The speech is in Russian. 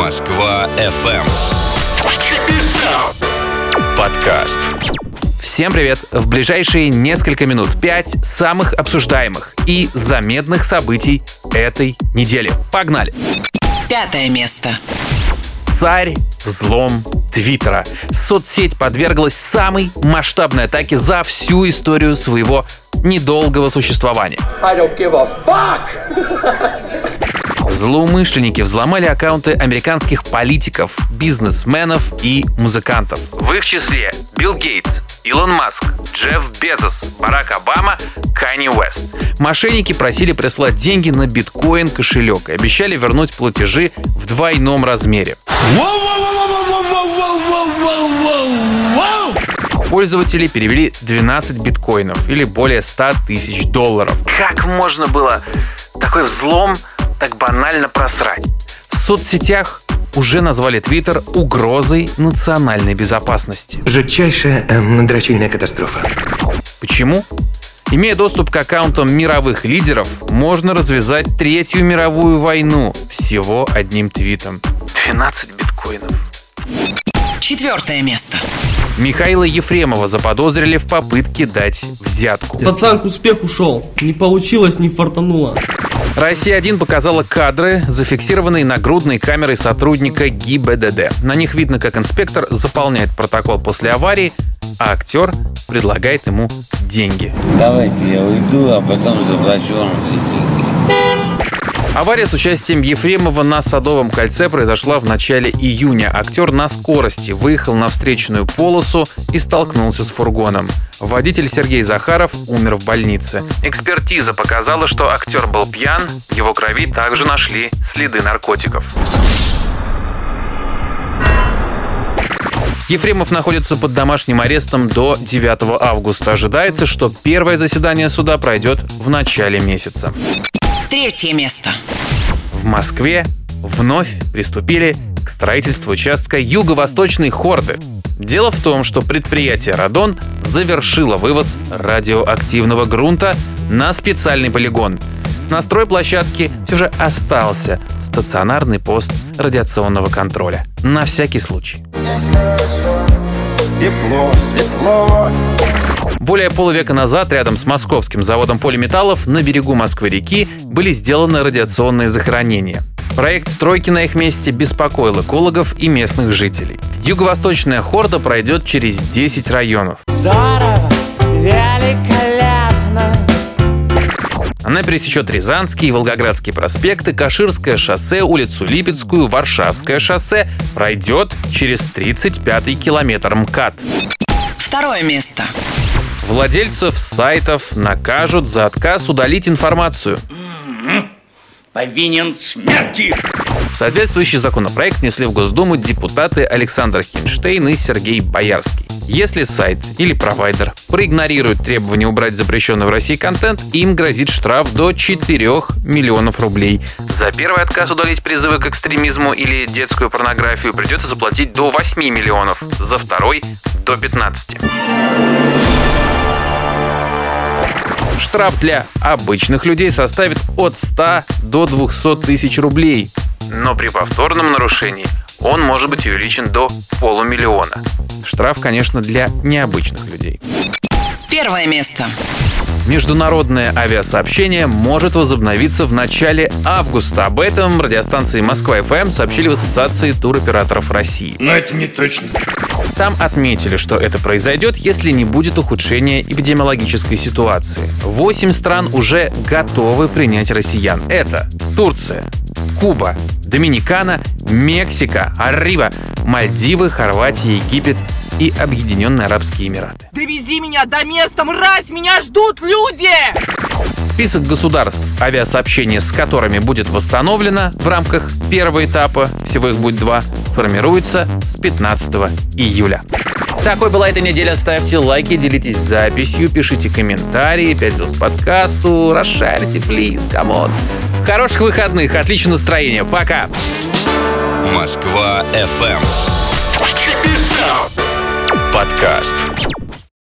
Москва FM. Подкаст. Всем привет! В ближайшие несколько минут 5 самых обсуждаемых и заметных событий этой недели. Погнали! 5 место. Царь взлом Твиттера. Соцсеть подверглась самой масштабной атаке за всю историю своего недолгого существования. Злоумышленники взломали аккаунты американских политиков, бизнесменов и музыкантов. В их числе Билл Гейтс, Илон Маск, Джефф Безос, Барак Обама, Канье Уэст. Мошенники просили прислать деньги на биткоин-кошелек и обещали вернуть платежи в двойном размере. Пользователи перевели 12 биткоинов или более 100 тысяч долларов. Как можно было такой взлом так банально просрать? В соцсетях уже назвали Твиттер угрозой национальной безопасности. Жутчайшая дрочильная катастрофа. Почему? Имея доступ к аккаунтам мировых лидеров, можно развязать Третью мировую войну всего одним твитом. 12 биткоинов. 4 место. Михаила Ефремова заподозрили в попытке дать взятку. Пацан к успеху шел. Не получилось, не фартануло. Россия-1 показала кадры, зафиксированные нагрудной камерой сотрудника ГИБДД. На них видно, как инспектор заполняет протокол после аварии, а актер предлагает ему деньги. Давайте я уйду, а потом заплачу вам все деньги. Авария с участием Ефремова на Садовом кольце произошла в начале июня. Актер на скорости выехал на встречную полосу и столкнулся с фургоном. Водитель Сергей Захаров умер в больнице. Экспертиза показала, что актер был пьян, в его крови также нашли следы наркотиков. Ефремов находится под домашним арестом до 9 августа. Ожидается, что первое заседание суда пройдет в начале месяца. 3 место. В Москве вновь приступили к строительству участка юго-восточной Хорды. Дело в том, что предприятие «Радон» завершило вывоз радиоактивного грунта на специальный полигон. На стройплощадке все же остался стационарный пост радиационного контроля. На всякий случай. Тепло, светло. Более полувека назад рядом с московским заводом полиметаллов на берегу Москвы-реки были сделаны радиационные захоронения. Проект стройки на их месте беспокоил экологов и местных жителей. Юго-восточная Хорда пройдет через 10 районов. Здорово, великолепно. Она пересечет Рязанский, Волгоградский проспекты, Каширское шоссе, улицу Липецкую, Варшавское шоссе, пройдет через 35-й километр МКАД. 2 место. Владельцев сайтов накажут за отказ удалить информацию. Повинен смерти. Соответствующий законопроект внесли в Госдуму депутаты Александр Хинштейн и Сергей Боярский. Если сайт или провайдер проигнорирует требования убрать запрещенный в России контент, им грозит штраф до 4 миллионов рублей. За первый отказ удалить призывы к экстремизму или детскую порнографию придется заплатить до 8 миллионов, за второй – до 15. Штраф для обычных людей составит от 100 до 200 тысяч рублей. Но при повторном нарушении он может быть увеличен до 500 000. Штраф, конечно, для необычных людей. 1 место. Международное авиасообщение может возобновиться в начале августа. Об этом радиостанции Москва-ФМ сообщили в Ассоциации туроператоров России. Но это не точно. Там отметили, что это произойдет, если не будет ухудшения эпидемиологической ситуации. 8 стран уже готовы принять россиян. Это Турция, Куба, Доминикана, Мексика, Аррива, Мальдивы, Хорватия, Египет и Объединенные Арабские Эмираты. Довези меня до места, мразь! Меня ждут люди! Список государств, авиасообщение с которыми будет восстановлено в рамках первого этапа, всего их будет 2, формируется с 15 июля. Такой была эта неделя. Ставьте лайки, делитесь записью, пишите комментарии, 5 звезд подкасту, расшарьте, плиз, камон. Хороших выходных, отличного настроения, пока! Москва FM. Подкаст.